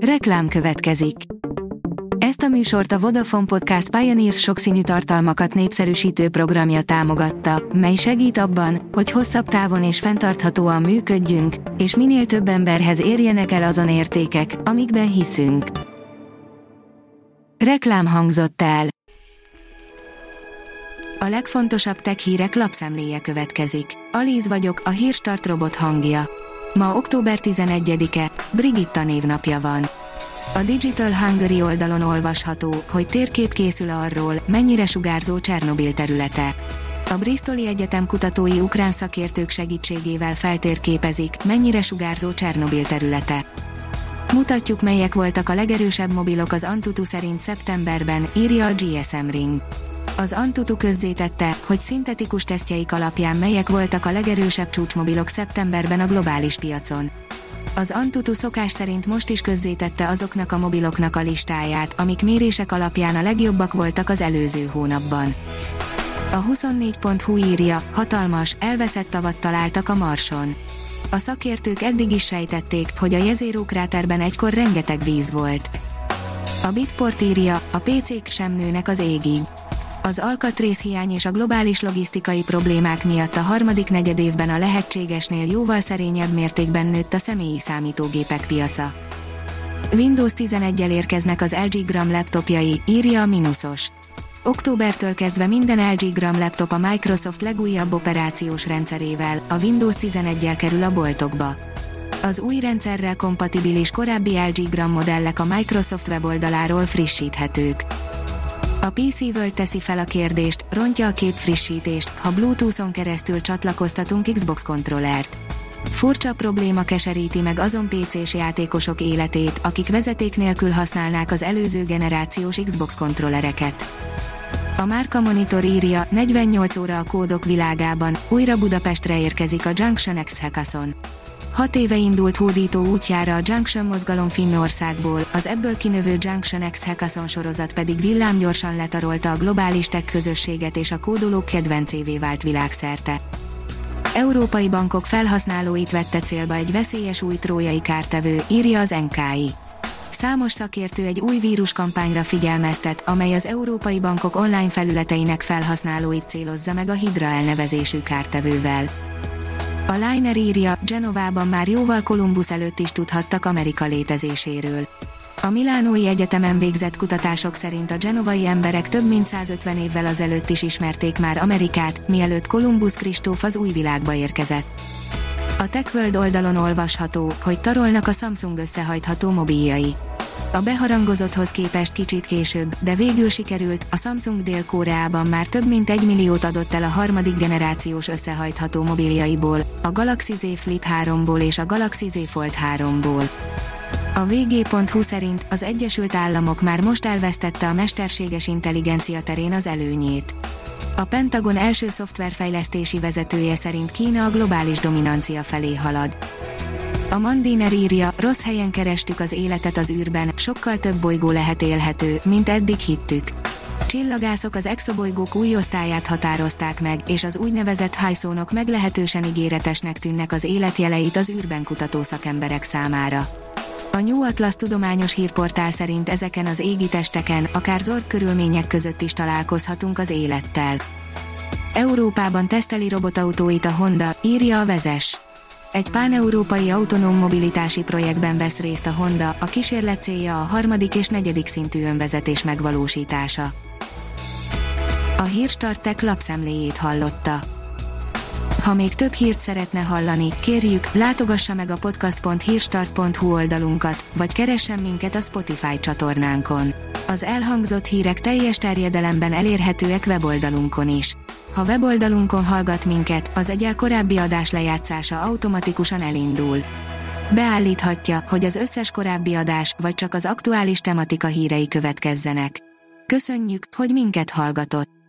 Reklám következik. Ezt a műsort a Vodafone Podcast Pioneers sokszínű tartalmakat népszerűsítő programja támogatta, mely segít abban, hogy hosszabb távon és fenntarthatóan működjünk, és minél több emberhez érjenek el azon értékek, amikben hiszünk. Reklám hangzott el. A legfontosabb tech hírek lapszemléje következik. Alíz vagyok, a Hírstart robot hangja. Ma október 11-e, Brigitta névnapja van. A Digital Hungary oldalon olvasható, hogy térkép készül arról, mennyire sugárzó Csernobil területe. A Bristoli Egyetem kutatói ukrán szakértők segítségével feltérképezik, mennyire sugárzó Csernobil területe. Mutatjuk, melyek voltak a legerősebb mobilok az Antutu szerint szeptemberben, írja a GSM Ring. Az Antutu közzétette, hogy szintetikus tesztjeik alapján melyek voltak a legerősebb csúcsmobilok szeptemberben a globális piacon. Az Antutu szokás szerint most is közzétette azoknak a mobiloknak a listáját, amik mérések alapján a legjobbak voltak az előző hónapban. A 24.hu írja, hatalmas, elveszett tavat találtak a Marson. A szakértők eddig is sejtették, hogy a Jezero kráterben egykor rengeteg víz volt. A Bitport írja, a PC-k sem nőnek az égig. Az alkatrészhiány és a globális logisztikai problémák miatt a harmadik negyedévben a lehetségesnél jóval szerényebb mértékben nőtt a személyi számítógépek piaca. Windows 11-el érkeznek az LG Gram laptopjai, írja a Minusos. Októbertől kezdve minden LG Gram laptop a Microsoft legújabb operációs rendszerével, a Windows 11-el kerül a boltokba. Az új rendszerrel kompatibilis korábbi LG Gram modellek a Microsoft weboldaláról frissíthetők. A PC World teszi fel a kérdést, rontja a képfrissítést, ha Bluetooth-on keresztül csatlakoztatunk Xbox kontrollert. Furcsa probléma keseríti meg azon PC-s játékosok életét, akik vezeték nélkül használnák az előző generációs Xbox kontrollereket. A Márka Monitor írja, 48 óra a kódok világában, újra Budapestre érkezik a Junction X Hackathon. 6 éve indult hódító útjára a Junction mozgalom Finnországból, az ebből kinövő Junction X Hackathon sorozat pedig villámgyorsan letarolta a globális tech közösséget és a kódolók kedvencévé vált világszerte. Európai bankok felhasználóit vette célba egy veszélyes új trójai kártevő, írja az NKI. Számos szakértő egy új víruskampányra figyelmeztet, amely az európai bankok online felületeinek felhasználóit célozza meg a Hydra elnevezésű kártevővel. A Liner írja, Genovában már jóval Kolumbusz előtt is tudhattak Amerika létezéséről. A Milánói Egyetemen végzett kutatások szerint a genovai emberek több mint 150 évvel azelőtt is ismerték már Amerikát, mielőtt Kolumbusz Kristóf az új világba érkezett. A TechWorld oldalon olvasható, hogy tarolnak a Samsung összehajtható mobiljai. A beharangozotthoz képest kicsit később, de végül sikerült, a Samsung Dél-Koreában már több mint 1 milliót adott el a harmadik generációs összehajtható mobiljaiból, a Galaxy Z Flip 3-ból és a Galaxy Z Fold 3-ból. A vg.hu szerint az Egyesült Államok már most elvesztette a mesterséges intelligencia terén az előnyét. A Pentagon első szoftverfejlesztési vezetője szerint Kína a globális dominancia felé halad. A Mandiner írja, rossz helyen kerestük az életet az űrben, sokkal több bolygó lehet élhető, mint eddig hittük. Csillagászok az exobolygók új osztályát határozták meg, és az úgynevezett hajszónok meglehetősen ígéretesnek tűnnek az életjeleit az űrben kutató szakemberek számára. A New Atlas tudományos hírportál szerint ezeken az égi testeken, akár zord körülmények között is találkozhatunk az élettel. Európában teszteli robotautóit a Honda, írja a Vezes. Egy páneurópai autonóm mobilitási projektben vesz részt a Honda, a kísérlet célja a 3. és 4. szintű önvezetés megvalósítása. A Hírstart Tech lapszemléjét hallotta. Ha még több hírt szeretne hallani, kérjük, látogassa meg a podcast.hírstart.hu oldalunkat, vagy keressen minket a Spotify csatornánkon. Az elhangzott hírek teljes terjedelemben elérhetőek weboldalunkon is. Ha weboldalunkon hallgat minket, az egyel korábbi adás lejátszása automatikusan elindul. Beállíthatja, hogy az összes korábbi adás, vagy csak az aktuális tematika hírei következzenek. Köszönjük, hogy minket hallgatott!